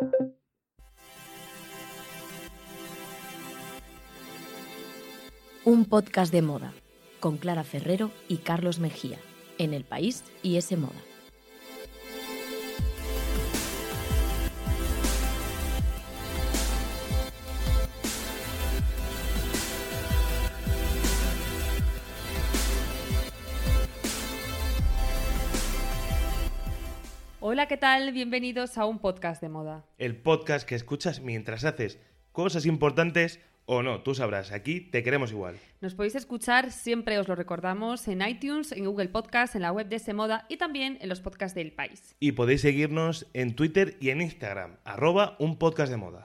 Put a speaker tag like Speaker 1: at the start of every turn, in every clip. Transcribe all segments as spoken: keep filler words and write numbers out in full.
Speaker 1: Un podcast de moda, con Clara Ferrero y Carlos Mejía, en El País y S Moda.
Speaker 2: Hola, ¿qué tal? Bienvenidos a un podcast de moda.
Speaker 3: El podcast que escuchas mientras haces cosas importantes o no, tú sabrás, aquí te queremos igual.
Speaker 2: Nos podéis escuchar, siempre os lo recordamos, en iTunes, en Google Podcast, en la web de S Moda y también en los podcasts del País.
Speaker 3: Y podéis seguirnos en Twitter y en Instagram, arroba un podcast de moda.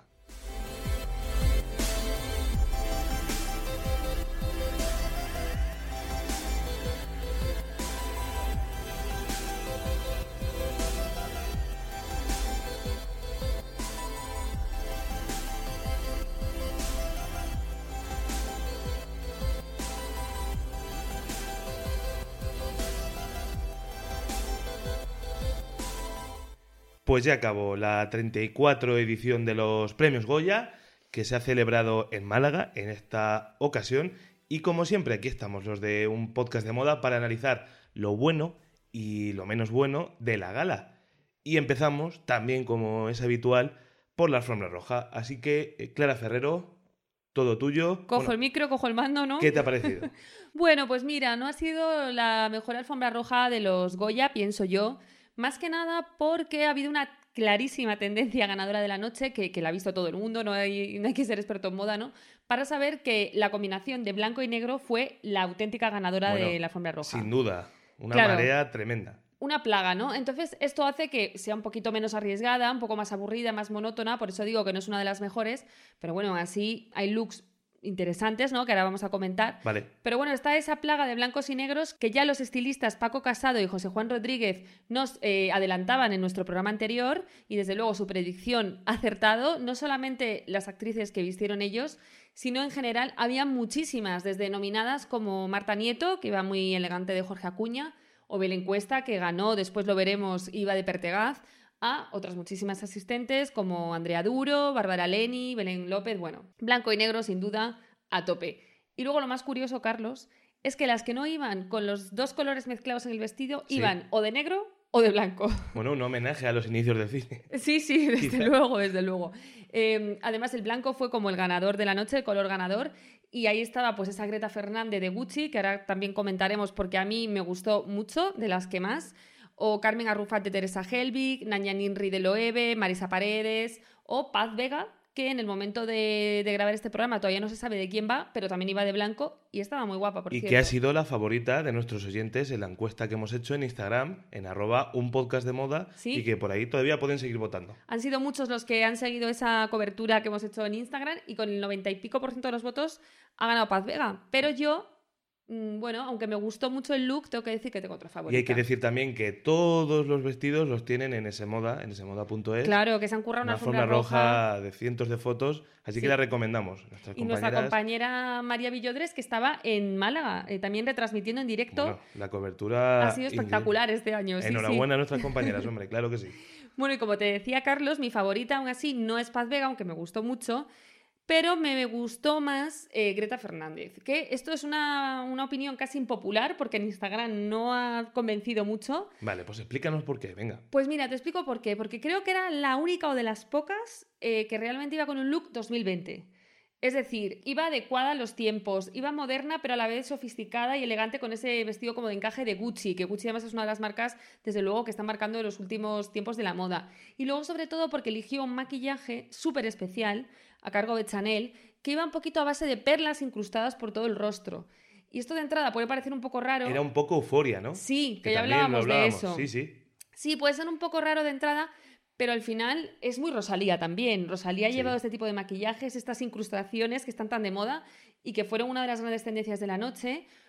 Speaker 3: Pues ya acabó la treinta y cuatro edición de los Premios Goya, que se ha celebrado en Málaga en esta ocasión. Y como siempre, aquí estamos los de un podcast de moda para analizar lo bueno y lo menos bueno de la gala. Y empezamos, también como es habitual, por la alfombra roja. Así que, Clara Ferrero, todo tuyo.
Speaker 2: Cojo
Speaker 3: Bueno,
Speaker 2: el micro, cojo el mando, ¿no?
Speaker 3: ¿qué te ha parecido?
Speaker 2: Bueno, pues mira, no ha sido la mejor alfombra roja de los Goya, pienso yo. Más que nada porque ha habido una clarísima tendencia ganadora de la noche, que, que la ha visto todo el mundo, no hay, no hay que ser experto en moda, ¿no? Para saber que la combinación de blanco y negro fue la auténtica ganadora
Speaker 3: Bueno,
Speaker 2: de la alfombra roja.
Speaker 3: Sin duda, una
Speaker 2: Claro.
Speaker 3: marea tremenda.
Speaker 2: Una plaga, ¿no? Entonces esto hace que sea un poquito menos arriesgada, un poco más aburrida, más monótona, por eso digo que no es una de las mejores, pero bueno, así hay looks interesantes, ¿no? Que ahora vamos a comentar.
Speaker 3: Vale.
Speaker 2: Pero bueno, está esa plaga de blancos y negros que ya los estilistas Paco Casado y José Juan Rodríguez nos eh, adelantaban en nuestro programa anterior y desde luego su predicción ha acertado. No solamente las actrices que vistieron ellos, sino en general había muchísimas, desde nominadas como Marta Nieto, que iba muy elegante de Jorge Acuña, o Belén Cuesta, que ganó, después lo veremos, iba de Pertegaz, a otras muchísimas asistentes como Andrea Duro, Bárbara Leni, Belén López, bueno, blanco y negro sin duda a tope. Y luego lo más curioso, Carlos, es que las que no iban con los dos colores mezclados en el vestido
Speaker 3: Sí.
Speaker 2: iban o de negro o de blanco.
Speaker 3: Bueno, un homenaje a los inicios del cine.
Speaker 2: Sí, sí, desde
Speaker 3: Quizá.
Speaker 2: luego, desde luego. Eh, además, el blanco fue como el ganador de la noche, el color ganador, y ahí estaba pues esa Greta Fernández de Gucci, que ahora también comentaremos porque a mí me gustó mucho, de las que más, o Carmen Arrufat de Teresa Helbig, Nanya Ninri de Loewe, Marisa Paredes, o Paz Vega, que en el momento de, de grabar este programa todavía no se sabe de quién va, pero también iba de blanco y estaba muy guapa, por
Speaker 3: Y
Speaker 2: cierto.
Speaker 3: que ha sido la favorita de nuestros oyentes en la encuesta que hemos hecho en Instagram, en arroba un podcast de moda,
Speaker 2: Sí.
Speaker 3: y que por ahí todavía pueden seguir votando.
Speaker 2: Han sido muchos los que han seguido esa cobertura que hemos hecho en Instagram y con el noventa y pico por ciento de los votos ha ganado Paz Vega. Pero yo, mmm, bueno, aunque me gustó mucho el look, tengo que decir que tengo otra favorita.
Speaker 3: Y hay que decir también que todos los vestidos los tienen en Smoda, en smoda punto es.
Speaker 2: Claro, que se han currado una,
Speaker 3: Una alfombra roja de cientos de fotos, así
Speaker 2: Sí.
Speaker 3: que la recomendamos. Nuestras
Speaker 2: Y nuestra
Speaker 3: compañeras,
Speaker 2: compañera María Villodres, que estaba en Málaga, eh, también retransmitiendo en directo.
Speaker 3: bueno, la cobertura
Speaker 2: Ha sido espectacular este año. Sí,
Speaker 3: Enhorabuena
Speaker 2: sí.
Speaker 3: a nuestras compañeras, hombre, claro que sí.
Speaker 2: Bueno, y como te decía Carlos, mi favorita aún así no es Paz Vega, aunque me gustó mucho, pero me gustó más eh, Greta Fernández, que esto es una, una opinión casi impopular porque en Instagram no ha convencido mucho.
Speaker 3: Vale, pues explícanos por qué, venga.
Speaker 2: Pues mira, te explico por qué, porque creo que era la única o de las pocas eh, que realmente iba con un look dos mil veinte. Es decir, iba adecuada a los tiempos, iba moderna pero a la vez sofisticada y elegante con ese vestido como de encaje de Gucci, que Gucci además es una de las marcas, desde luego, que están marcando en los últimos tiempos de la moda. Y luego, sobre todo, porque eligió un maquillaje súper especial a cargo de Chanel, que iba un poquito a base de perlas incrustadas por todo el rostro. Y esto de entrada puede parecer un poco raro.
Speaker 3: Era un poco euforia, ¿no?
Speaker 2: Sí, que, ya
Speaker 3: también lo
Speaker 2: hablábamos, de eso.
Speaker 3: Sí, sí.
Speaker 2: Sí, puede ser un poco raro de entrada, pero al final es muy Rosalía también. Rosalía ha
Speaker 3: Sí.
Speaker 2: llevado este tipo de maquillajes, estas incrustaciones que están tan de moda y que fueron una de las grandes tendencias de la noche,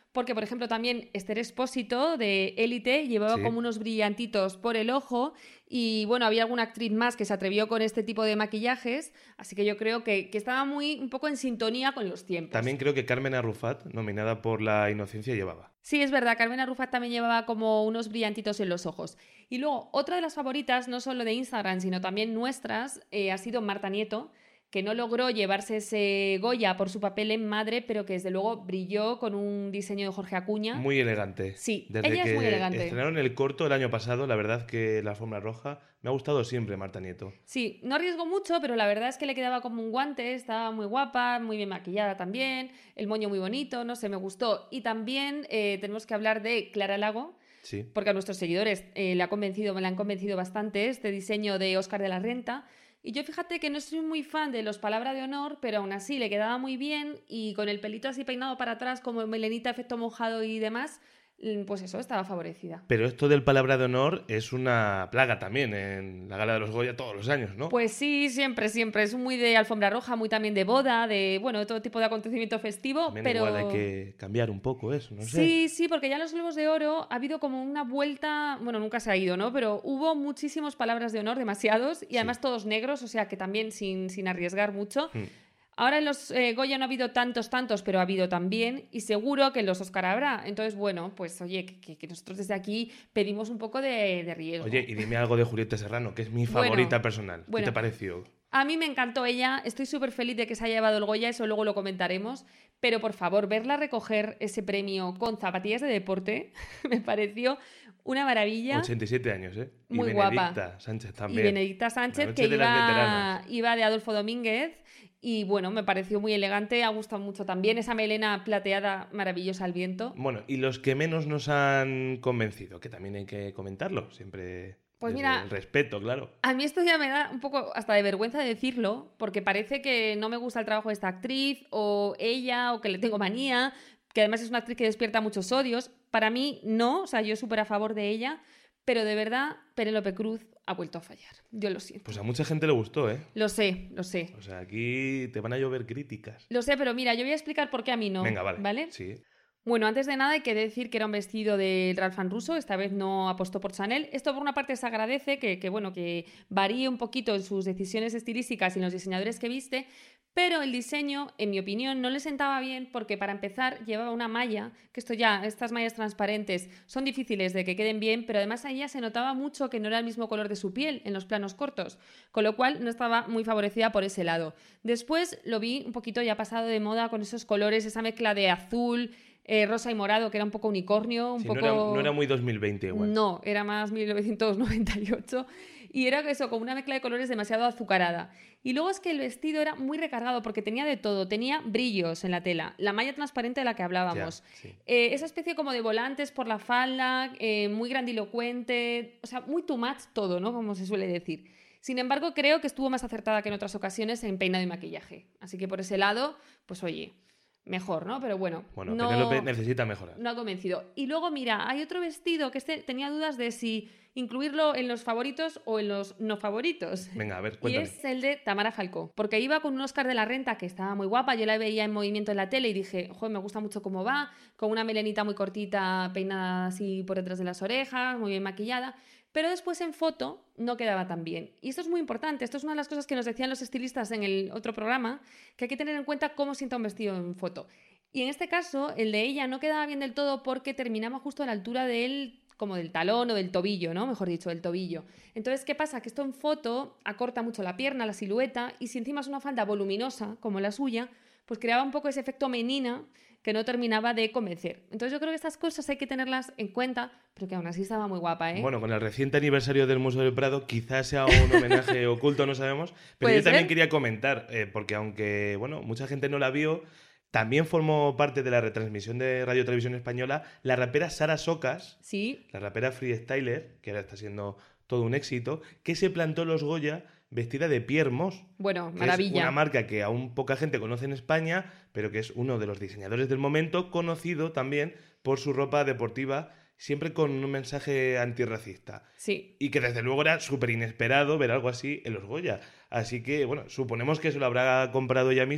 Speaker 2: porque, por ejemplo, también Esther Expósito, de Élite, llevaba
Speaker 3: Sí.
Speaker 2: como unos brillantitos por el ojo y, bueno, había alguna actriz más que se atrevió con este tipo de maquillajes, así que yo creo que, que estaba muy un poco en sintonía con los tiempos.
Speaker 3: También creo que Carmen Arrufat, nominada por La Inocencia, llevaba.
Speaker 2: Sí, es verdad, Carmen Arrufat también llevaba como unos brillantitos en los ojos. Y luego, otra de las favoritas, no solo de Instagram, sino también nuestras, eh, ha sido Marta Nieto, que no logró llevarse ese Goya por su papel en Madre, pero que desde luego brilló con un diseño de Jorge Acuña.
Speaker 3: Muy elegante.
Speaker 2: Sí,
Speaker 3: Desde
Speaker 2: ella
Speaker 3: que
Speaker 2: es muy elegante.
Speaker 3: estrenaron el corto el año pasado, la verdad que la alfombra roja me ha gustado siempre, Marta Nieto.
Speaker 2: Sí, no arriesgó mucho, pero la verdad es que le quedaba como un guante, estaba muy guapa, muy bien maquillada también, el moño muy bonito, no sé, me gustó. Y también eh, tenemos que hablar de Clara Lago,
Speaker 3: Sí.
Speaker 2: porque a nuestros seguidores eh, le ha convencido, me la han convencido bastante este diseño de Óscar de la Renta. Y yo fíjate que no soy muy fan de los Palabra de Honor, pero aún así le quedaba muy bien y con el pelito así peinado para atrás como melenita, efecto mojado y demás, pues eso, estaba favorecida.
Speaker 3: Pero esto del palabra de honor es una plaga también en la Gala de los Goya todos los años, ¿no?
Speaker 2: Pues sí, siempre, siempre. Es muy de alfombra roja, muy también de boda, de, bueno, de todo tipo de acontecimiento festivo,
Speaker 3: También
Speaker 2: pero...
Speaker 3: igual hay que cambiar un poco eso, no sé.
Speaker 2: Sí, sí, porque ya en los Globos de Oro ha habido como una vuelta, bueno, nunca se ha ido, ¿no? Pero hubo muchísimos palabras de honor, demasiados, y además
Speaker 3: Sí.
Speaker 2: todos negros, o sea que también sin, sin arriesgar mucho.
Speaker 3: Hmm.
Speaker 2: Ahora en los eh, Goya no ha habido tantos, tantos, pero ha habido también, y seguro que en los Oscar habrá. Entonces, bueno, pues oye, que, que nosotros desde aquí pedimos un poco de, de riesgo.
Speaker 3: Oye, y dime algo de Julieta Serrano, que es mi favorita
Speaker 2: Bueno,
Speaker 3: personal. ¿Qué
Speaker 2: bueno.
Speaker 3: te pareció?
Speaker 2: A mí me encantó ella, estoy súper feliz de que se haya llevado el Goya, eso luego lo comentaremos, pero por favor, verla recoger ese premio con zapatillas de deporte me pareció una maravilla.
Speaker 3: ochenta y siete años, ¿eh? Y
Speaker 2: Muy
Speaker 3: Benedicta
Speaker 2: guapa.
Speaker 3: Sánchez
Speaker 2: Y
Speaker 3: también.
Speaker 2: Benedicta Sánchez,
Speaker 3: La noche
Speaker 2: que
Speaker 3: de las
Speaker 2: iba,
Speaker 3: veteranas.
Speaker 2: iba de Adolfo Domínguez, y bueno, me pareció muy elegante, ha gustado mucho también, esa melena plateada maravillosa al viento.
Speaker 3: Bueno, y los que menos nos han convencido, que también hay que comentarlo, siempre
Speaker 2: Pues
Speaker 3: desde
Speaker 2: mira,
Speaker 3: el respeto, claro.
Speaker 2: A mí esto ya me da un poco hasta de vergüenza decirlo, porque parece que no me gusta el trabajo de esta actriz, o ella, o que le tengo manía, que además es una actriz que despierta muchos odios. Para mí, no, o sea, yo súper a favor de ella, pero de verdad, Penélope Cruz ha vuelto a fallar. Yo lo siento.
Speaker 3: Pues a mucha gente le gustó, ¿eh?
Speaker 2: Lo sé, lo sé.
Speaker 3: O sea, aquí te van a llover críticas.
Speaker 2: Lo sé, pero mira, yo voy a explicar por qué a mí no.
Speaker 3: Venga, vale.
Speaker 2: ¿Vale?
Speaker 3: Sí.
Speaker 2: Bueno, antes de nada hay que decir que era un vestido de Ralph and Russo, esta vez no apostó por Chanel. Esto por una parte se agradece, que, que, bueno, que varíe un poquito en sus decisiones estilísticas y en los diseñadores que viste, pero el diseño, en mi opinión, no le sentaba bien porque para empezar llevaba una malla, que esto ya, estas mallas transparentes son difíciles de que queden bien, pero además a ella se notaba mucho que no era el mismo color de su piel en los planos cortos, con lo cual no estaba muy favorecida por ese lado. Después lo vi un poquito ya pasado de moda con esos colores, esa mezcla de azul, Eh, rosa y morado, que era un poco unicornio, un
Speaker 3: Sí,
Speaker 2: poco...
Speaker 3: no, era, no era muy dos mil veinte igual.
Speaker 2: No, era más mil novecientos noventa y ocho. Y era eso, como una mezcla de colores demasiado azucarada. Y luego es que el vestido era muy recargado porque tenía de todo. Tenía brillos en la tela, la malla transparente de la que hablábamos.
Speaker 3: Ya, sí.
Speaker 2: Eh, esa especie como de volantes por la falda, eh, muy grandilocuente, o sea, muy too much todo, ¿no? Como se suele decir. Sin embargo, creo que estuvo más acertada que en otras ocasiones en peinado y maquillaje. Así que por ese lado, pues oye... Mejor, ¿no? Pero bueno,
Speaker 3: Bueno,
Speaker 2: no,
Speaker 3: Penélope necesita mejorar.
Speaker 2: no ha convencido. Y luego, mira, hay otro vestido que este tenía dudas de si incluirlo en los favoritos o en los no favoritos.
Speaker 3: Venga, a ver,
Speaker 2: Y
Speaker 3: cuéntame.
Speaker 2: es el de Tamara Falcó. Porque iba con un Óscar de la Renta que estaba muy guapa. Yo la veía en movimiento en la tele y dije, joder, me gusta mucho cómo va. Con una melenita muy cortita, peinada así por detrás de las orejas, muy bien maquillada. Pero después en foto no quedaba tan bien. Y esto es muy importante. Esto es una de las cosas que nos decían los estilistas en el otro programa, que hay que tener en cuenta cómo sienta un vestido en foto. Y en este caso, el de ella no quedaba bien del todo porque terminaba justo a la altura del, como del talón o del tobillo, ¿no? Mejor dicho, del tobillo. Entonces, ¿qué pasa? Que esto en foto acorta mucho la pierna, la silueta, y si encima es una falda voluminosa, como la suya, pues creaba un poco ese efecto menina que no terminaba de convencer. Entonces yo creo que estas cosas hay que tenerlas en cuenta, pero que aún así estaba muy guapa, ¿eh?
Speaker 3: Bueno, con el reciente aniversario del Museo del Prado, quizás sea un homenaje oculto, no sabemos. Pero
Speaker 2: ¿Puede
Speaker 3: yo también
Speaker 2: ser?
Speaker 3: quería comentar, eh, porque aunque, bueno, mucha gente no la vio, también formó parte de la retransmisión de Radio Televisión Española la rapera Sara Socas,
Speaker 2: Sí,
Speaker 3: la rapera freestyler, que ahora está siendo todo un éxito, que se plantó los Goya vestida de Pierre Moss.
Speaker 2: bueno,
Speaker 3: Que
Speaker 2: maravilla.
Speaker 3: es una marca que aún poca gente conoce en España, pero que es uno de los diseñadores del momento, conocido también por su ropa deportiva, siempre con un mensaje antirracista.
Speaker 2: Sí.
Speaker 3: Y que desde luego era súper inesperado ver algo así en los Goya. Así que, bueno, suponemos que se lo habrá comprado ella misma,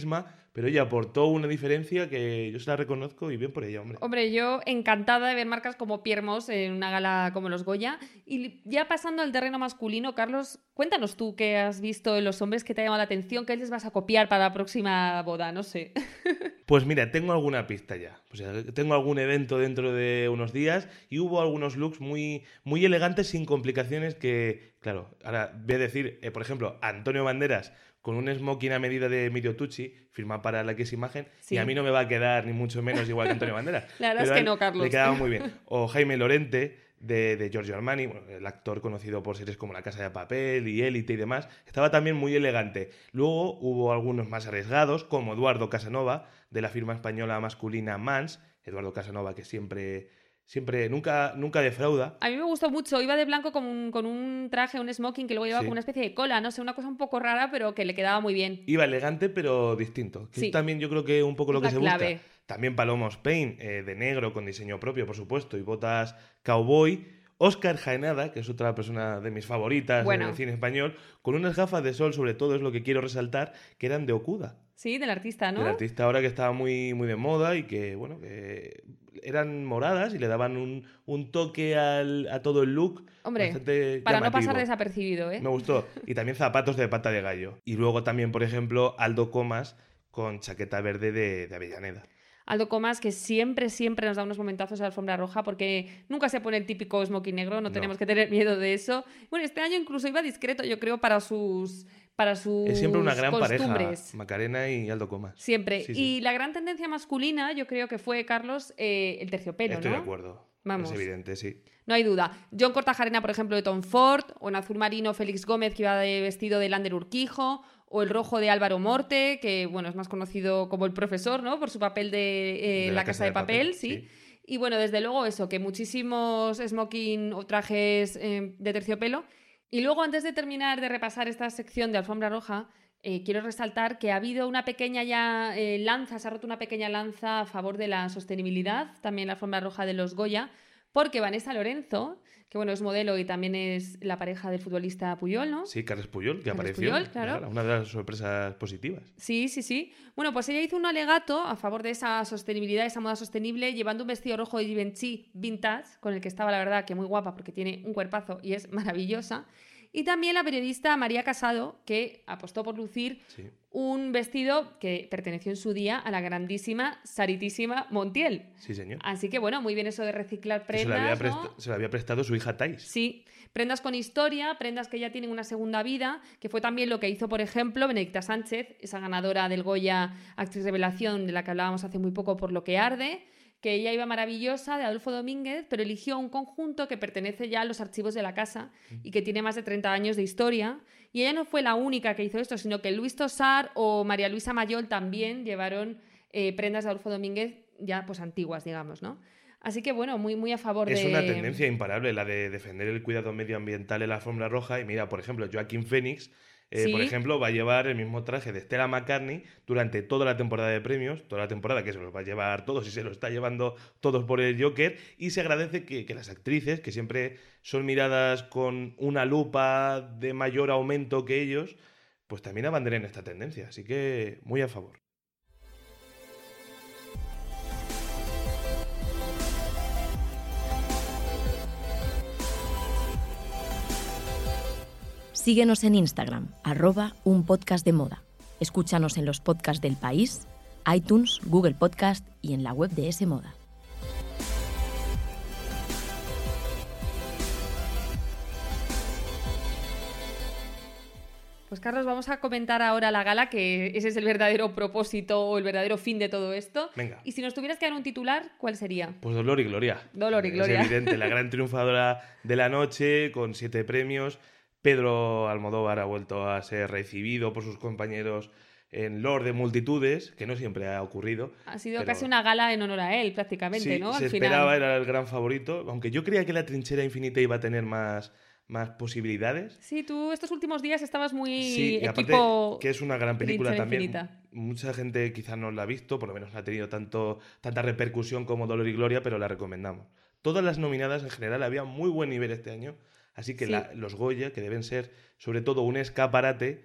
Speaker 3: pero ella aportó una diferencia que yo se la reconozco y bien por ella, hombre.
Speaker 2: Hombre, yo encantada de ver marcas como Pierre Moss en una gala como los Goya. Y ya pasando al terreno masculino, Carlos, cuéntanos tú qué has visto en los hombres que te ha llamado la atención, qué les vas a copiar para la próxima boda, no sé.
Speaker 3: Pues mira, tengo alguna pista ya. O sea, tengo algún evento dentro de unos días y hubo algunos looks muy, muy elegantes sin complicaciones que, claro, ahora voy a decir, eh, por ejemplo, Antonio Banderas con un smoking a medida de Emilio Tucci, firmado para la X Imagen,
Speaker 2: sí.
Speaker 3: Y a mí no me va a quedar ni mucho menos igual que Antonio Banderas.
Speaker 2: La verdad es que no, Carlos.
Speaker 3: Le quedaba muy bien. O Jaime Lorente, de, de Giorgio Armani, bueno, el actor conocido por series como La Casa de Papel y Élite y demás, estaba también muy elegante. Luego hubo algunos más arriesgados, como Eduardo Casanova, de la firma española masculina Mans, Eduardo Casanova que siempre... Siempre, nunca, nunca defrauda.
Speaker 2: A mí me gustó mucho. Iba de blanco con un, con un traje, un smoking que luego llevaba
Speaker 3: Sí.
Speaker 2: como una especie de cola, no sé, una cosa un poco rara, pero que le quedaba muy bien.
Speaker 3: Iba elegante, pero distinto. Que
Speaker 2: Sí.
Speaker 3: es también yo creo que un poco lo
Speaker 2: Es
Speaker 3: que
Speaker 2: la
Speaker 3: se
Speaker 2: clave.
Speaker 3: busca. También Paloma Spain, eh, de negro, con diseño propio, por supuesto, y botas cowboy. Óscar Jaenada, que es otra persona de mis favoritas
Speaker 2: Bueno.
Speaker 3: en el cine español, con unas gafas de sol, sobre todo, es lo que quiero resaltar, que eran de Okuda.
Speaker 2: Sí, del artista, ¿no?
Speaker 3: El artista ahora que estaba muy, muy de moda y que, bueno, que eran moradas y le daban un, un toque al, a todo el look.
Speaker 2: Hombre,
Speaker 3: bastante
Speaker 2: para no
Speaker 3: llamativo.
Speaker 2: pasar desapercibido, ¿eh?
Speaker 3: Me gustó. Y también zapatos de pata de gallo. Y luego también, por ejemplo, Aldo Comas con chaqueta verde de, de Avellaneda.
Speaker 2: Aldo Comas, que siempre, siempre nos da unos momentazos a la alfombra roja porque nunca se pone el típico smoking negro, no,
Speaker 3: No.
Speaker 2: tenemos que tener miedo de eso. Bueno, este año incluso iba discreto, yo creo, para sus, para sus
Speaker 3: Es siempre una gran pareja,
Speaker 2: costumbres.
Speaker 3: Macarena y Aldo Comas.
Speaker 2: Siempre.
Speaker 3: Sí, sí.
Speaker 2: Y la gran tendencia masculina, yo creo que fue, Carlos, eh, el terciopelo,
Speaker 3: Estoy
Speaker 2: ¿no?
Speaker 3: de acuerdo.
Speaker 2: Vamos.
Speaker 3: Es evidente, sí.
Speaker 2: No hay duda. John Cortajarena, por ejemplo, de Tom Ford, o en azul marino Félix Gómez, que iba de vestido de Lander Urquijo, o el rojo de Álvaro Morte, que bueno, es más conocido como el profesor, ¿no? Por su papel de, eh,
Speaker 3: De
Speaker 2: La Casa de Papel, sí.
Speaker 3: sí.
Speaker 2: Y bueno, desde luego eso, que muchísimos smoking o trajes eh, de terciopelo. Y luego, antes de terminar de repasar esta sección de alfombra roja, eh, quiero resaltar que ha habido una pequeña ya eh, lanza, se ha roto una pequeña lanza a favor de la sostenibilidad, también la alfombra roja de los Goya, porque Vanessa Lorenzo, que bueno, es modelo y también es la pareja del futbolista Puyol, ¿no?
Speaker 3: Sí, Carles Puyol, que
Speaker 2: Carles
Speaker 3: apareció.
Speaker 2: Puyol, claro.
Speaker 3: Una de las sorpresas positivas.
Speaker 2: Sí, sí, sí. Bueno, pues ella hizo un alegato a favor de esa sostenibilidad, esa moda sostenible, llevando un vestido rojo de Givenchy vintage, con el que estaba, la verdad, que muy guapa porque tiene un cuerpazo y es maravillosa. Y también la periodista María Casado, que apostó por lucir
Speaker 3: Sí.
Speaker 2: un vestido que perteneció en su día a la grandísima, saritísima Montiel.
Speaker 3: Sí, señor.
Speaker 2: Así que, bueno, muy bien eso de reciclar
Speaker 3: Que se,
Speaker 2: prendas,
Speaker 3: le había
Speaker 2: ¿no?
Speaker 3: presta- se le había prestado su hija Thais.
Speaker 2: Sí, prendas con historia, prendas que ya tienen una segunda vida, que fue también lo que hizo, por ejemplo, Benedicta Sánchez, esa ganadora del Goya Actriz Revelación, de la que hablábamos hace muy poco por Lo que arde, que ella iba maravillosa, de Adolfo Domínguez, pero eligió un conjunto que pertenece ya a los archivos de la casa y que tiene más de treinta años de historia. Y ella no fue la única que hizo esto, sino que Luis Tosar o María Luisa Mayol también llevaron eh, prendas de Adolfo Domínguez ya pues antiguas, digamos, ¿no? Así que bueno, muy, muy a favor
Speaker 3: Es
Speaker 2: de...
Speaker 3: una tendencia imparable la de defender el cuidado medioambiental en la alfombra roja. Y mira, por ejemplo, Joaquín Phoenix, eh,
Speaker 2: Sí.
Speaker 3: por ejemplo, va a llevar el mismo traje de Stella McCartney durante toda la temporada de premios, toda la temporada que se los va a llevar todos y se lo está llevando todos por el Joker. Y se agradece que, que las actrices, que siempre son miradas con una lupa de mayor aumento que ellos, pues también abanderen esta tendencia. Así que muy a favor.
Speaker 1: Síguenos en Instagram, arroba un podcast de moda. Escúchanos en los podcasts del País, iTunes, Google Podcast y en la web de S Moda.
Speaker 2: Pues Carlos, vamos a comentar ahora la gala, que ese es el verdadero propósito o el verdadero fin de todo esto.
Speaker 3: Venga.
Speaker 2: Y si nos tuvieras que dar un titular, ¿cuál sería?
Speaker 3: Pues Dolor y Gloria.
Speaker 2: Dolor y Gloria.
Speaker 3: Es evidente, la gran triunfadora de la noche, con siete premios. Pedro Almodóvar ha vuelto a ser recibido por sus compañeros en Lord de multitudes, que no siempre ha ocurrido.
Speaker 2: Ha sido
Speaker 3: pero
Speaker 2: casi una gala en honor a él, prácticamente,
Speaker 3: sí,
Speaker 2: ¿no?
Speaker 3: se
Speaker 2: Al
Speaker 3: esperaba,
Speaker 2: final.
Speaker 3: era el gran favorito, aunque yo creía que La Trinchera Infinita iba a tener más, más posibilidades.
Speaker 2: Sí, tú estos últimos días estabas muy
Speaker 3: Sí, y aparte
Speaker 2: equipo...
Speaker 3: que es una gran película
Speaker 2: Trinchera
Speaker 3: también.
Speaker 2: Infinita.
Speaker 3: Mucha gente quizás no la ha visto, por lo menos no ha tenido tanto, tanta repercusión como Dolor y Gloria, pero la recomendamos. Todas las nominadas en general había muy buen nivel este año, así que
Speaker 2: Sí.
Speaker 3: la- los Goya, que deben ser sobre todo un escaparate,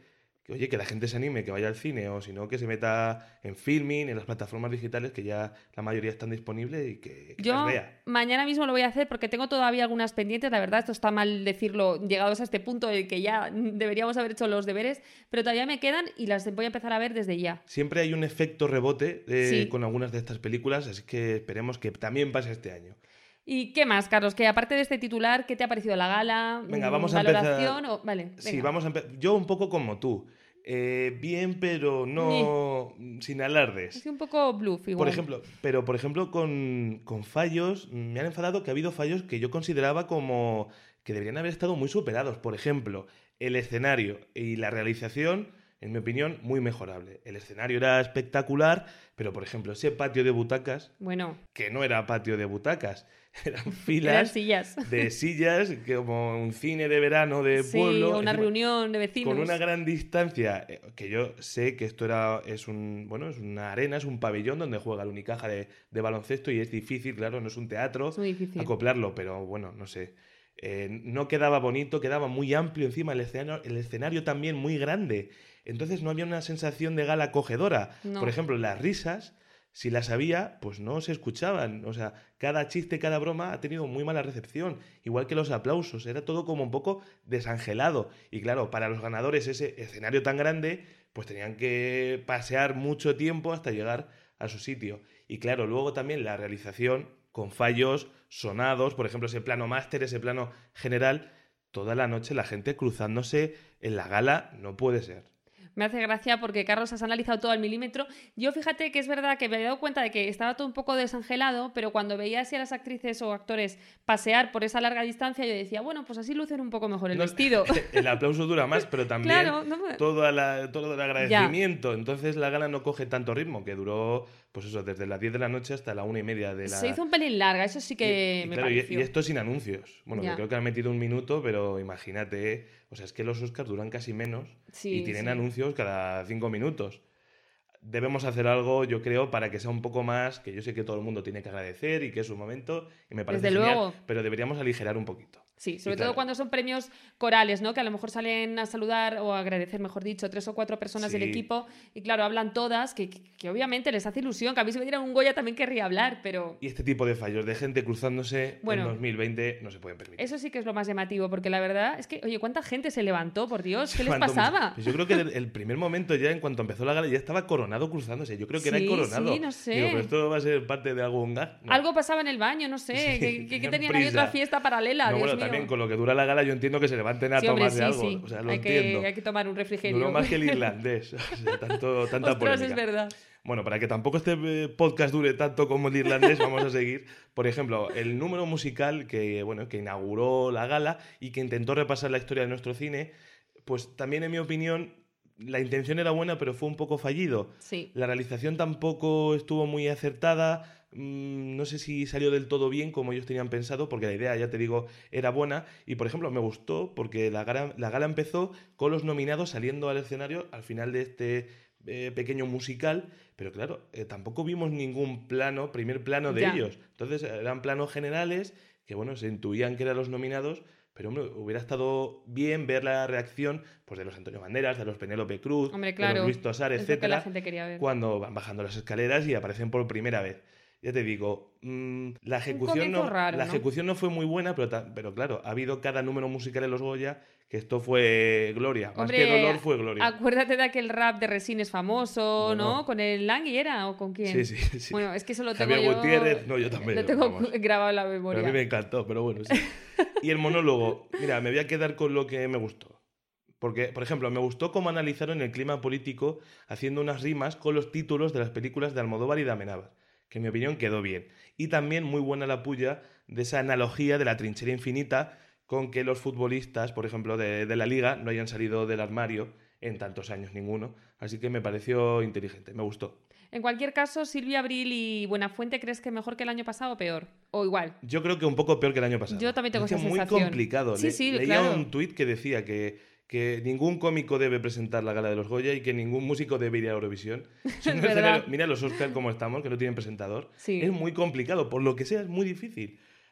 Speaker 3: que, oye, que la gente se anime, que vaya al cine, o si no, que se meta en Filmin, en las plataformas digitales, que ya la mayoría están disponibles y que, que
Speaker 2: Yo
Speaker 3: las vea.
Speaker 2: mañana mismo lo voy a hacer porque tengo todavía algunas pendientes, la verdad, esto está mal decirlo, llegados a este punto en que ya deberíamos haber hecho los deberes, pero todavía me quedan y las voy a empezar a ver desde ya.
Speaker 3: Siempre hay un efecto rebote eh,
Speaker 2: Sí.
Speaker 3: con algunas de estas películas, así que esperemos que también pase este año.
Speaker 2: ¿Y qué más, Carlos? Que aparte de este titular, ¿qué te ha parecido la gala?
Speaker 3: Venga,
Speaker 2: Mm,
Speaker 3: vamos a
Speaker 2: ¿Valoración?
Speaker 3: empezar.
Speaker 2: O... Vale,
Speaker 3: Sí,
Speaker 2: venga.
Speaker 3: vamos a empezar. Yo un poco como tú. Eh, bien, pero no sin alardes.
Speaker 2: Es un poco bluff igual.
Speaker 3: Por ejemplo, pero por ejemplo con, con fallos, me han enfadado que ha habido fallos que yo consideraba como que deberían haber estado muy superados. Por ejemplo, el escenario y la realización, en mi opinión, muy mejorable. El escenario era espectacular, pero por ejemplo, ese patio de butacas,
Speaker 2: Bueno,
Speaker 3: que no era patio de butacas, eran filas
Speaker 2: eran sillas.
Speaker 3: de sillas, que como un cine de verano de
Speaker 2: Sí,
Speaker 3: pueblo.
Speaker 2: o una
Speaker 3: encima,
Speaker 2: reunión de vecinos.
Speaker 3: con una gran distancia, eh, que yo sé que esto era es un bueno es una arena, es un pabellón donde juega el Unicaja de, de baloncesto y es difícil, claro, no es un teatro,
Speaker 2: Es muy difícil.
Speaker 3: acoplarlo, pero bueno, no sé. Eh, no quedaba bonito, quedaba muy amplio encima, el escenario, el escenario también muy grande. Entonces no había una sensación de gala acogedora.
Speaker 2: No.
Speaker 3: Por ejemplo, las risas, si las había, pues no se escuchaban. O sea, cada chiste, cada broma ha tenido muy mala recepción. Igual que los aplausos. Era todo como un poco desangelado. Y claro, para los ganadores ese escenario tan grande, pues tenían que pasear mucho tiempo hasta llegar a su sitio. Y claro, luego también la realización con fallos sonados. Por ejemplo, ese plano máster, ese plano general. Toda la noche la gente cruzándose en la gala no puede ser.
Speaker 2: Me hace gracia porque, Carlos, has analizado todo al milímetro. Yo fíjate que es verdad que me había dado cuenta de que estaba todo un poco desangelado, pero cuando veía así a las actrices o actores pasear por esa larga distancia, yo decía, bueno, pues así lucen un poco mejor el
Speaker 3: No,
Speaker 2: vestido.
Speaker 3: El aplauso dura más, pero también
Speaker 2: Claro, no me-
Speaker 3: todo, la- todo el agradecimiento. Entonces la gala no coge tanto ritmo, que duró, pues eso, desde las diez de la noche hasta la una y media de la...
Speaker 2: Se hizo un pelín larga, eso sí que
Speaker 3: Y- y
Speaker 2: me
Speaker 3: claro, y-
Speaker 2: pareció.
Speaker 3: y esto sin anuncios. Bueno, que
Speaker 2: Ya.
Speaker 3: creo que han metido un minuto, pero imagínate, o sea, es que los Oscars duran casi menos
Speaker 2: Sí,
Speaker 3: y tienen
Speaker 2: sí.
Speaker 3: anuncios cada cinco minutos. Debemos hacer algo, yo creo, para que sea un poco más, que yo sé que todo el mundo tiene que agradecer y que es un momento, y me parece
Speaker 2: Desde
Speaker 3: genial,
Speaker 2: luego.
Speaker 3: pero deberíamos aligerar un poquito.
Speaker 2: Sí, sobre
Speaker 3: Y
Speaker 2: todo
Speaker 3: claro,
Speaker 2: cuando son premios corales, ¿no? Que a lo mejor salen a saludar o a agradecer, mejor dicho, tres o cuatro personas del
Speaker 3: Sí.
Speaker 2: equipo y claro, hablan todas, que, que- que obviamente les hace ilusión, que a mí si me dieran un Goya también querría hablar, pero
Speaker 3: Y este tipo de fallos de gente cruzándose
Speaker 2: Bueno.
Speaker 3: en dos mil veinte no se pueden permitir.
Speaker 2: eso sí que es lo más llamativo, porque la verdad es que, oye, ¿cuánta gente se levantó, por Dios? ¿Qué les
Speaker 3: Cuanto-
Speaker 2: pasaba?
Speaker 3: Pues yo creo que el, el primer momento ya, en cuanto empezó la gala, ya estaba Coronado cruzándose. Yo creo que era
Speaker 2: Sí,
Speaker 3: el Coronado.
Speaker 2: sí, no sé.
Speaker 3: Digo, pero esto va a ser parte de algún gag. No.
Speaker 2: Algo pasaba en el baño, no sé,
Speaker 3: Sí,
Speaker 2: que, que- que
Speaker 3: tenían
Speaker 2: tenían ahí
Speaker 3: prisa.
Speaker 2: otra fiesta paralela,
Speaker 3: No,
Speaker 2: Dios
Speaker 3: bueno,
Speaker 2: mío.
Speaker 3: también con lo que dura la gala, yo entiendo que se levanten a
Speaker 2: Sí, hombre,
Speaker 3: tomarse
Speaker 2: sí,
Speaker 3: algo.
Speaker 2: sí.
Speaker 3: O sea, lo
Speaker 2: hay,
Speaker 3: entiendo.
Speaker 2: que, hay que tomar un refrigerio.
Speaker 3: Duró más que el irlandés. O sea, tanto, tanta
Speaker 2: Ostras,
Speaker 3: polémica.
Speaker 2: es verdad.
Speaker 3: Bueno, para que tampoco este eh, podcast dure tanto como el irlandés, vamos a seguir. Por ejemplo, el número musical que, bueno, que inauguró la gala y que intentó repasar la historia de nuestro cine, pues también, en mi opinión, la intención era buena, pero fue un poco fallido.
Speaker 2: Sí.
Speaker 3: La realización tampoco estuvo muy acertada. mm, No sé si salió del todo bien como ellos tenían pensado, porque la idea, ya te digo, era buena. Y, por ejemplo, me gustó porque la gala, la gala empezó con los nominados saliendo al escenario al final de este eh, pequeño musical. Pero claro, eh, tampoco vimos ningún plano, primer plano de
Speaker 2: Ya.
Speaker 3: ellos. Entonces eran planos generales que, bueno, se intuían que eran los nominados. Pero, hombre, hubiera estado bien ver la reacción pues, de los Antonio Banderas, de los Penélope Cruz,
Speaker 2: Hombre,
Speaker 3: de
Speaker 2: claro.
Speaker 3: los Luis Tosar,
Speaker 2: Es lo que la
Speaker 3: etcétera,
Speaker 2: gente quería ver.
Speaker 3: cuando van bajando las escaleras y aparecen por primera vez. Ya te digo, mmm, la ejecución
Speaker 2: comienzo
Speaker 3: no,
Speaker 2: raro,
Speaker 3: la
Speaker 2: ¿no?
Speaker 3: ejecución no fue muy buena, pero, ta- pero claro, ha habido cada número musical en los Goya que esto fue gloria. Más
Speaker 2: Hombre,
Speaker 3: que dolor fue gloria.
Speaker 2: acuérdate de aquel rap de Resines famoso,
Speaker 3: Bueno.
Speaker 2: ¿no? ¿Con el Langui era o con quién?
Speaker 3: Sí, sí, sí.
Speaker 2: Bueno, es que eso lo tengo
Speaker 3: Javier
Speaker 2: yo...
Speaker 3: Gutiérrez, no, yo también,
Speaker 2: Lo tengo
Speaker 3: vamos.
Speaker 2: grabado en la
Speaker 3: Pero
Speaker 2: memoria.
Speaker 3: a mí me encantó, pero bueno, sí. Y el monólogo, mira, me voy a quedar con lo que me gustó. Porque, por ejemplo, me gustó cómo analizaron el clima político haciendo unas rimas con los títulos de las películas de Almodóvar y de Amenábar, que en mi opinión quedó bien. Y también muy buena la puya de esa analogía de la trinchera infinita con que los futbolistas, por ejemplo, de, de la Liga, no hayan salido del armario en tantos años ninguno. Así que me pareció inteligente, me gustó.
Speaker 2: En cualquier caso, Silvia Abril y Buenafuente, ¿crees que mejor que el año pasado o peor? ¿O igual?
Speaker 3: Yo creo que un poco peor que el año pasado.
Speaker 2: Yo también tengo
Speaker 3: Es que
Speaker 2: esa
Speaker 3: muy
Speaker 2: sensación.
Speaker 3: complicado.
Speaker 2: Sí,
Speaker 3: Le-
Speaker 2: sí,
Speaker 3: leía
Speaker 2: claro.
Speaker 3: un tuit que decía que, que ningún cómico debe presentar la gala de los Goya y que ningún músico debe ir a Eurovisión. Es un
Speaker 2: verdad.
Speaker 3: escenario- Mira los Oscars como estamos, que no tienen presentador.
Speaker 2: Sí.
Speaker 3: Es muy complicado, por lo que sea, es muy difícil.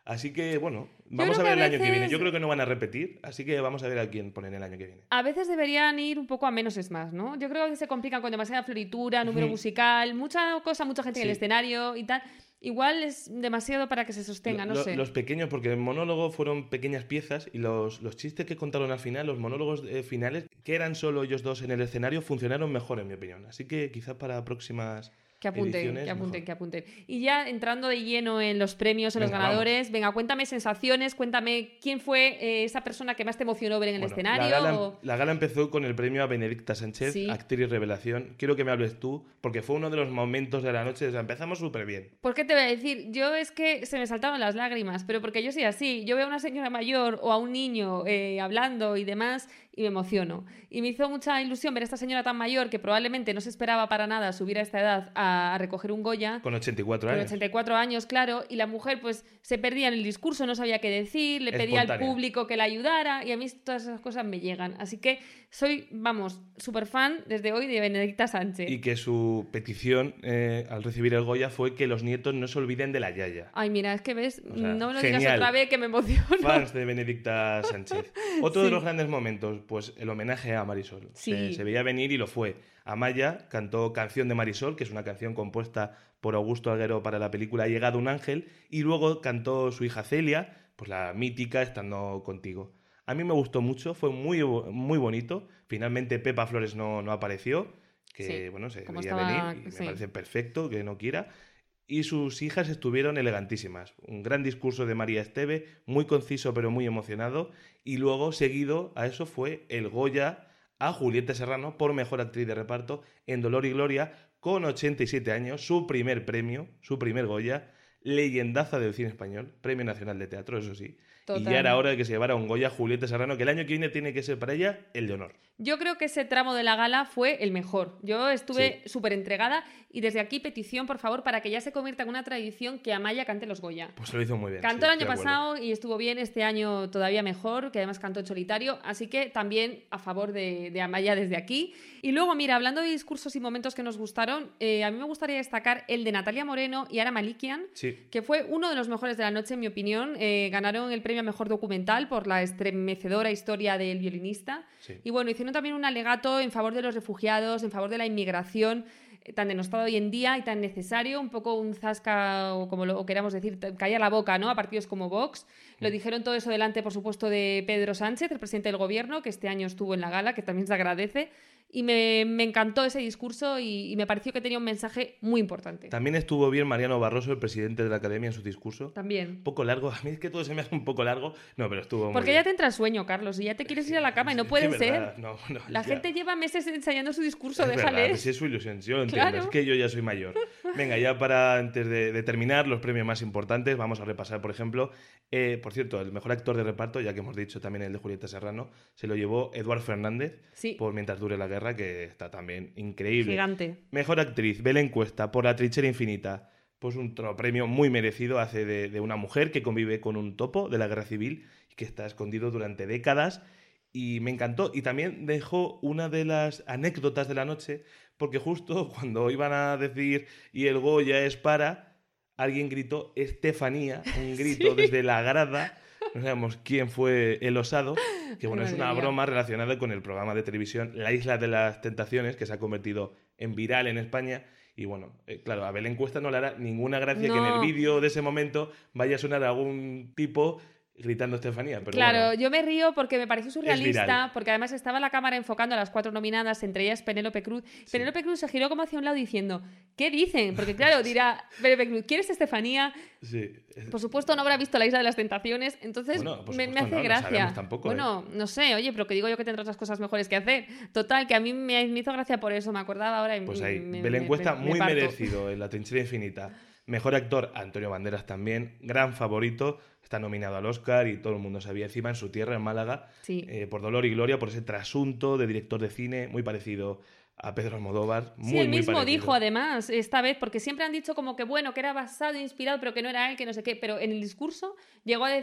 Speaker 3: Así que, bueno, vamos a ver el veces... año que viene. Yo creo que no van a repetir, así que vamos a ver a quién ponen el año que viene.
Speaker 2: A veces deberían ir un poco a menos es más, ¿no? Yo creo que se complican con demasiada floritura, número mm. musical, mucha cosa, mucha gente sí. en el escenario y tal. Igual es demasiado para que se sostenga, no
Speaker 3: lo,
Speaker 2: sé.
Speaker 3: Los pequeños, porque el monólogo fueron pequeñas piezas y los, los chistes que contaron al final, los monólogos eh, finales, que eran solo ellos dos en el escenario, funcionaron mejor, en mi opinión. Así que quizás para próximas...
Speaker 2: Que apunten,
Speaker 3: ediciones,
Speaker 2: que apunten,
Speaker 3: mejor.
Speaker 2: que apunten. Y ya entrando de lleno en los premios, en venga, los ganadores, vamos. Venga, cuéntame sensaciones, cuéntame quién fue eh, esa persona que más te emocionó ver en el bueno, escenario.
Speaker 3: La gala,
Speaker 2: o...
Speaker 3: la gala empezó con el premio a Benedicta Sánchez, ¿sí? Actriz revelación. Quiero que me hables tú, porque fue uno de los momentos de la noche, o sea, empezamos súper bien.
Speaker 2: ¿Por qué te voy a decir? Yo es que se me saltaron las lágrimas, pero porque yo soy así. Yo veo a una señora mayor o a un niño eh, hablando y demás y me emociono. Y me hizo mucha ilusión ver a esta señora tan mayor que probablemente no se esperaba para nada subir a esta edad a, a recoger un Goya.
Speaker 3: Con ochenta y cuatro años.
Speaker 2: Con ochenta y cuatro años, claro. Y la mujer pues se perdía en el discurso, no sabía qué decir, le pedía
Speaker 3: Espontánea.
Speaker 2: al público que la ayudara y a mí todas esas cosas me llegan. Así que soy, vamos, súper fan desde hoy de Benedicta Sánchez.
Speaker 3: Y que su petición eh, al recibir el Goya fue que los nietos no se olviden de la yaya.
Speaker 2: Ay, mira, es que ves,
Speaker 3: o sea,
Speaker 2: no me lo
Speaker 3: genial.
Speaker 2: digas otra vez que me emociono.
Speaker 3: Fans de Benedicta Sánchez. Otro
Speaker 2: sí.
Speaker 3: de los grandes momentos, pues el homenaje a Marisol.
Speaker 2: Sí.
Speaker 3: Se, se veía venir y lo fue. Amaya cantó Canción de Marisol, que es una canción compuesta por Augusto Alguero para la película Ha llegado un ángel, y luego cantó su hija Celia, pues la mítica Estando contigo. A mí me gustó mucho, fue muy, muy bonito. Finalmente Pepa Flores no, no apareció, que sí, bueno, se veía estaba... venir y sí. me parece perfecto que no quiera. Y sus hijas estuvieron elegantísimas. Un gran discurso de María Esteve, muy conciso pero muy emocionado. Y luego, seguido a eso, fue el Goya a Julieta Serrano por Mejor Actriz de Reparto en Dolor y Gloria, con ochenta y siete años, su primer premio, su primer Goya, leyendaza del cine español, Premio Nacional de Teatro, eso sí. Total. Y ya era hora de que se llevara un Goya Julieta Serrano, que el año que viene tiene que ser para ella el de honor.
Speaker 2: Yo creo que ese tramo de la gala fue el mejor. Yo estuve súper sí. entregada y desde aquí petición, por favor, para que ya se convierta en una tradición que Amaya cante los Goya.
Speaker 3: Pues lo hizo muy bien.
Speaker 2: Cantó
Speaker 3: sí,
Speaker 2: el año pasado y estuvo bien, este año todavía mejor, que además cantó en solitario, así que también a favor de, de Amaya desde aquí. Y luego, mira, hablando de discursos y momentos que nos gustaron, eh, a mí me gustaría destacar el de Natalia Moreno y Ara Malikian,
Speaker 3: sí.
Speaker 2: que fue uno de los mejores de la noche, en mi opinión. Eh, ganaron el premio a Mejor Documental por la estremecedora historia del violinista.
Speaker 3: Sí.
Speaker 2: Y bueno, hicieron también un alegato en favor de los refugiados, en favor de la inmigración, eh, tan denostado hoy en día y tan necesario, un poco un zasca, o como lo queramos decir, callar la boca, ¿no?, a partidos como Vox. Lo dijeron todo eso delante, por supuesto, de Pedro Sánchez, el presidente del gobierno, que este año estuvo en la gala, que también se agradece. Y me, me encantó ese discurso y, y me pareció que tenía un mensaje muy importante.
Speaker 3: También estuvo bien Mariano Barroso, el presidente de la Academia, en su discurso.
Speaker 2: También.
Speaker 3: Un poco largo. A mí es que todo se me hace un poco largo. No, pero estuvo muy
Speaker 2: Porque
Speaker 3: bien.
Speaker 2: ya te entra el sueño, Carlos, y ya te quieres ir a la cama y no puede ser.
Speaker 3: No, no,
Speaker 2: la
Speaker 3: ya.
Speaker 2: gente lleva meses ensayando su discurso,
Speaker 3: es
Speaker 2: déjales.
Speaker 3: Verdad, es su ilusión, yo lo entiendo. Claro. Es que yo ya soy mayor. Venga, ya para antes de, de terminar, los premios más importantes, vamos a repasar, por ejemplo, eh, por cierto, el mejor actor de reparto, ya que hemos dicho también el de Julieta Serrano, se lo llevó Eduard Fernández
Speaker 2: sí.
Speaker 3: por Mientras dure la guerra, que está también increíble.
Speaker 2: Gigante.
Speaker 3: Mejor actriz, Belén Cuesta, por La trinchera infinita. Pues un premio muy merecido, hace de, de una mujer que convive con un topo de la guerra civil y que está escondido durante décadas. Y me encantó. Y también dejó una de las anécdotas de la noche, porque justo cuando iban a decir y el Goya es para, alguien gritó Estefanía, un grito sí. desde la grada. No sabemos quién fue el osado, que bueno, es una broma relacionada con el programa de televisión La Isla de las Tentaciones, que se ha convertido en viral en España. Y bueno, eh, claro, a Belén Cuesta no le hará ninguna gracia no. que en el vídeo de ese momento vaya a sonar algún tipo gritando Estefanía. Pero
Speaker 2: claro,
Speaker 3: bueno,
Speaker 2: yo me río porque me pareció surrealista, porque además estaba la cámara enfocando a las cuatro nominadas, entre ellas Penélope Cruz. Sí. Penélope Cruz se giró como hacia un lado diciendo, ¿qué dicen? Porque claro, dirá Penélope Cruz, ¿quieres Estefanía?
Speaker 3: Sí.
Speaker 2: Por supuesto no habrá visto La Isla de las Tentaciones, entonces
Speaker 3: bueno,
Speaker 2: me, me hace
Speaker 3: no,
Speaker 2: gracia.
Speaker 3: No tampoco,
Speaker 2: bueno,
Speaker 3: ¿eh?
Speaker 2: no sé, oye, pero que digo yo que tendrá otras cosas mejores que hacer. Total, que a mí me, me hizo gracia por eso, me acordaba ahora. Y
Speaker 3: pues ahí,
Speaker 2: me,
Speaker 3: Belén
Speaker 2: me,
Speaker 3: Cuesta
Speaker 2: me,
Speaker 3: muy
Speaker 2: me
Speaker 3: merecido en La trinchera infinita. Mejor actor, Antonio Banderas también, gran favorito, está nominado al Oscar y todo el mundo sabía encima en su tierra, en Málaga,
Speaker 2: sí.
Speaker 3: eh, por Dolor y Gloria, por ese trasunto de director de cine muy parecido a Pedro Almodóvar. Muy,
Speaker 2: sí, él mismo
Speaker 3: muy
Speaker 2: dijo además esta vez, porque siempre han dicho como que bueno, que era basado, inspirado, pero que no era él, que no sé qué, pero en el discurso llegó a decir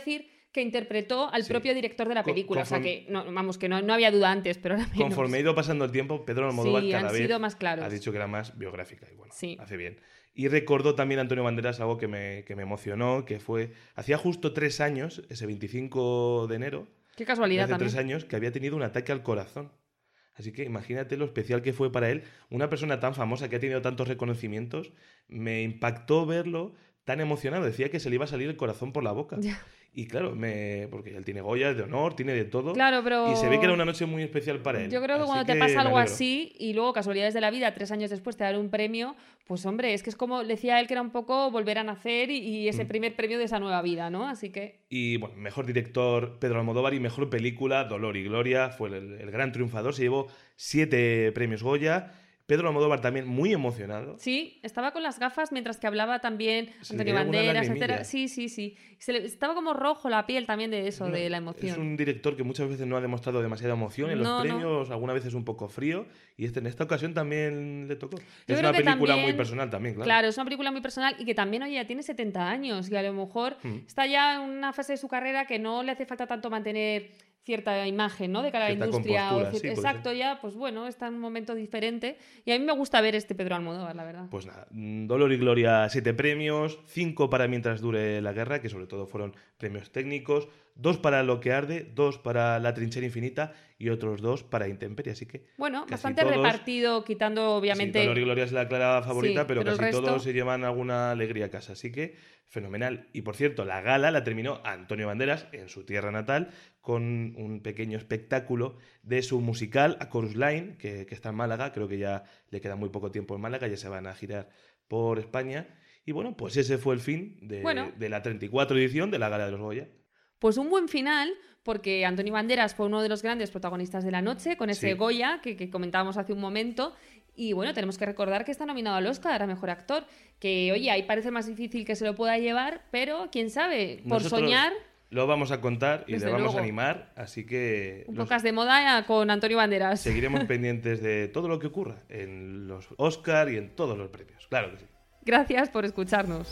Speaker 2: que interpretó al
Speaker 3: Sí.
Speaker 2: propio director de la
Speaker 3: Con-
Speaker 2: película.
Speaker 3: conforme-
Speaker 2: O sea que, no, vamos, que no, no había duda antes, pero ahora menos.
Speaker 3: Conforme ha ido pasando el tiempo, Pedro Almodóvar
Speaker 2: Sí,
Speaker 3: cada
Speaker 2: han
Speaker 3: vez
Speaker 2: sido más claros.
Speaker 3: ha dicho que era más biográfica y bueno,
Speaker 2: Sí.
Speaker 3: hace bien. Y recordó también a Antonio Banderas algo que me, que me emocionó, que fue, hacía justo tres años, ese veinticinco de enero,
Speaker 2: Qué
Speaker 3: de
Speaker 2: casualidad
Speaker 3: hace
Speaker 2: también.
Speaker 3: tres años, que había tenido un ataque al corazón. Así que imagínate lo especial que fue para él. Una persona tan famosa que ha tenido tantos reconocimientos, me impactó verlo tan emocionado. Decía que se le iba a salir el corazón por la boca.
Speaker 2: Ya.
Speaker 3: Y claro, me... porque él tiene Goyas de honor, tiene de todo.
Speaker 2: Claro, pero-
Speaker 3: Y se ve que era una noche muy especial para él.
Speaker 2: Yo creo que
Speaker 3: Así
Speaker 2: cuando te
Speaker 3: que
Speaker 2: pasa
Speaker 3: me
Speaker 2: algo
Speaker 3: alegro.
Speaker 2: así y luego casualidades de la vida, tres años después te dan un premio, pues hombre, es que es como decía él que era un poco volver a nacer y, y ese
Speaker 3: Mm.
Speaker 2: primer premio de esa nueva vida, ¿no? Así que
Speaker 3: Y bueno, mejor director Pedro Almodóvar y mejor película Dolor y Gloria. Fue el, el gran triunfador, se llevó siete premios Goya. Pedro Almodóvar también muy emocionado.
Speaker 2: sí, estaba con las gafas mientras que hablaba también
Speaker 3: Se le
Speaker 2: Antonio
Speaker 3: caía alguna
Speaker 2: Banderas,
Speaker 3: lagrimilla.
Speaker 2: etcétera. Sí, sí, sí. Se le- estaba como rojo la piel también de eso,
Speaker 3: No,
Speaker 2: de la emoción.
Speaker 3: Es un director que muchas veces no ha demostrado demasiada emoción en los
Speaker 2: No, no.
Speaker 3: premios, algunas veces un poco frío, y este, en esta ocasión también le tocó. es
Speaker 2: creo
Speaker 3: una
Speaker 2: que
Speaker 3: película muy
Speaker 2: también-
Speaker 3: personal también, claro.
Speaker 2: Claro, es una película muy personal y que también, oye, ya tiene setenta años y a lo mejor
Speaker 3: Mm.
Speaker 2: está ya en una fase de su carrera que no le hace falta tanto mantener cierta imagen, ¿no? De cara a la
Speaker 3: Cierta
Speaker 2: industria. o
Speaker 3: compostura,
Speaker 2: cier-
Speaker 3: sí, puede
Speaker 2: Exacto, ya, pues bueno, está en un momento diferente. Y a mí me gusta ver este Pedro Almodóvar, la verdad.
Speaker 3: Pues nada, mm, Dolor y Gloria, siete premios, cinco para Mientras dure la guerra, que sobre todo fueron premios técnicos, dos para Lo que arde, dos para La trinchera infinita y otros dos para Intemperie, así que
Speaker 2: Bueno,
Speaker 3: casi
Speaker 2: bastante
Speaker 3: todos-
Speaker 2: repartido, quitando obviamente...
Speaker 3: Sí, Dolor y Gloria es la clara favorita,
Speaker 2: Sí,
Speaker 3: pero,
Speaker 2: pero el
Speaker 3: casi
Speaker 2: resto-
Speaker 3: todos se llevan alguna alegría a casa, así que fenomenal. Y por cierto, la gala la terminó Antonio Banderas en su tierra natal con un pequeño espectáculo de su musical A Chorus Line, que, que está en Málaga, creo que ya le queda muy poco tiempo en Málaga, ya se van a girar por España. Y bueno, pues ese fue el fin de,
Speaker 2: Bueno.
Speaker 3: de la treinta y cuatro edición de la Gala de los Goya.
Speaker 2: Pues un buen final, porque Antonio Banderas fue uno de los grandes protagonistas de la noche, con ese
Speaker 3: Sí.
Speaker 2: Goya que, que comentábamos hace un momento. Y bueno, tenemos que recordar que está nominado al Oscar a Mejor Actor, que oye, ahí parece más difícil que se lo pueda llevar, pero quién sabe, por
Speaker 3: Nosotros
Speaker 2: soñar,
Speaker 3: Lo vamos a contar y
Speaker 2: Desde
Speaker 3: le vamos
Speaker 2: luego.
Speaker 3: a animar, así que
Speaker 2: un
Speaker 3: los-
Speaker 2: podcast de moda con Antonio Banderas.
Speaker 3: seguiremos pendientes de todo lo que ocurra en los Oscar y en todos los premios. Claro que sí.
Speaker 2: Gracias por escucharnos.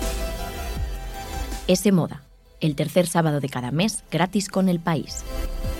Speaker 1: Ese Moda, el tercer sábado de cada mes, gratis con El País.